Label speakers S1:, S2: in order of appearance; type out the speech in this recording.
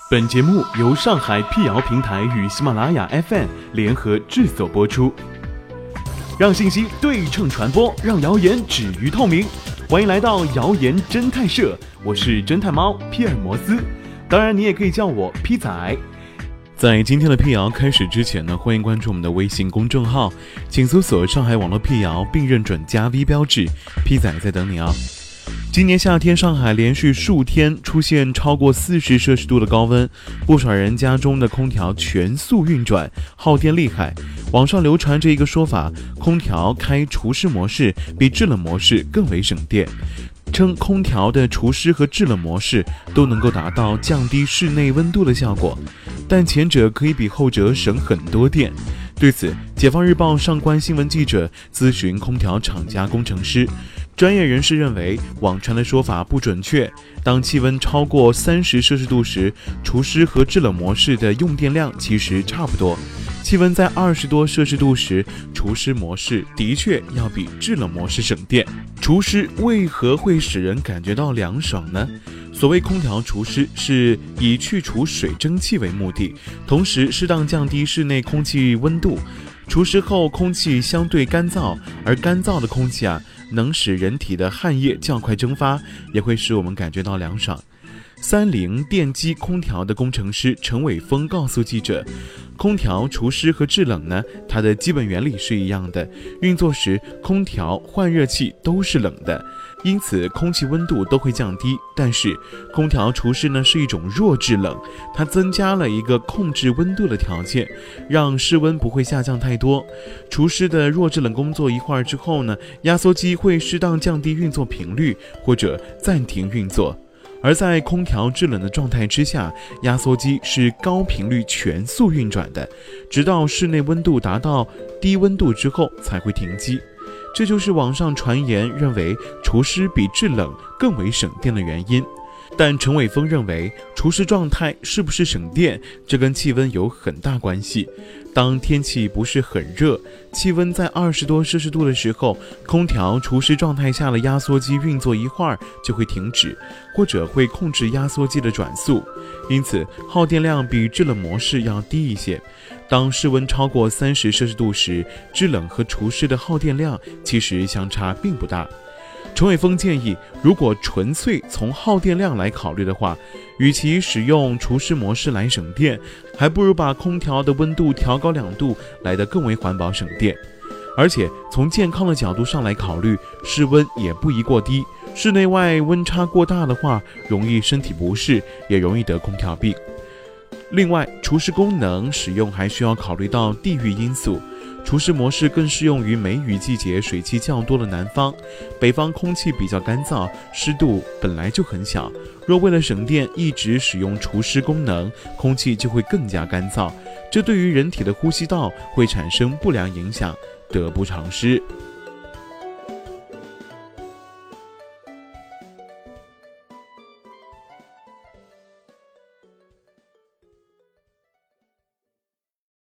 S1: 本节目由上海辟谣平台与喜马拉雅 FM 联合制作播出，让信息对称传播，让谣言止于透明。欢迎来到谣言侦探社，我是侦探猫皮尔摩斯，当然你也可以叫我P仔。在今天的辟谣开始之前呢，欢迎关注我们的微信公众号，请搜索上海网络辟谣并认准加 V 标志，P仔在等你啊。今年夏天，上海连续数天出现超过40摄氏度的高温，不少人家中的空调全速运转，耗电厉害。网上流传着一个说法，空调开除湿模式比制冷模式更为省电，称空调的除湿和制冷模式都能够达到降低室内温度的效果，但前者可以比后者省很多电。对此，解放日报上官新闻记者咨询空调厂家工程师，专业人士认为网传的说法不准确。当气温超过30摄氏度时，除湿和制冷模式的用电量其实差不多。气温在20多摄氏度时，除湿模式的确要比制冷模式省电。除湿为何会使人感觉到凉爽呢？所谓空调除湿是以去除水蒸气为目的，同时适当降低室内空气温度。除湿后空气相对干燥，而干燥的空气能使人体的汗液较快蒸发，也会使我们感觉到凉爽。30电机空调的工程师陈伟峰告诉记者，空调除湿和制冷呢，它的基本原理是一样的，运作时空调换热器都是冷的，因此空气温度都会降低。但是空调除湿呢是一种弱制冷，它增加了一个控制温度的条件，让室温不会下降太多。除湿的弱制冷工作一会儿之后呢，压缩机会适当降低运作频率或者暂停运作。而在空调制冷的状态之下，压缩机是高频率全速运转的，直到室内温度达到低温度之后才会停机。这就是网上传言认为除湿比制冷更为省电的原因。但陈伟峰认为，除湿状态是不是省电，这跟气温有很大关系。当天气不是很热，气温在20多摄氏度的时候，空调除湿状态下的压缩机运作一会儿就会停止，或者会控制压缩机的转速，因此耗电量比制冷模式要低一些。当室温超过30摄氏度时，制冷和除湿的耗电量其实相差并不大。陈伟峰建议，如果纯粹从耗电量来考虑的话，与其使用除湿模式来省电，还不如把空调的温度调高2度来得更为环保省电。而且从健康的角度上来考虑，室温也不宜过低，室内外温差过大的话，容易身体不适，也容易得空调病。另外，除湿功能使用还需要考虑到地域因素。除湿模式更适用于梅雨季节水汽较多的南方，北方空气比较干燥，湿度本来就很小，若为了省电一直使用除湿功能，空气就会更加干燥，这对于人体的呼吸道会产生不良影响，得不偿失。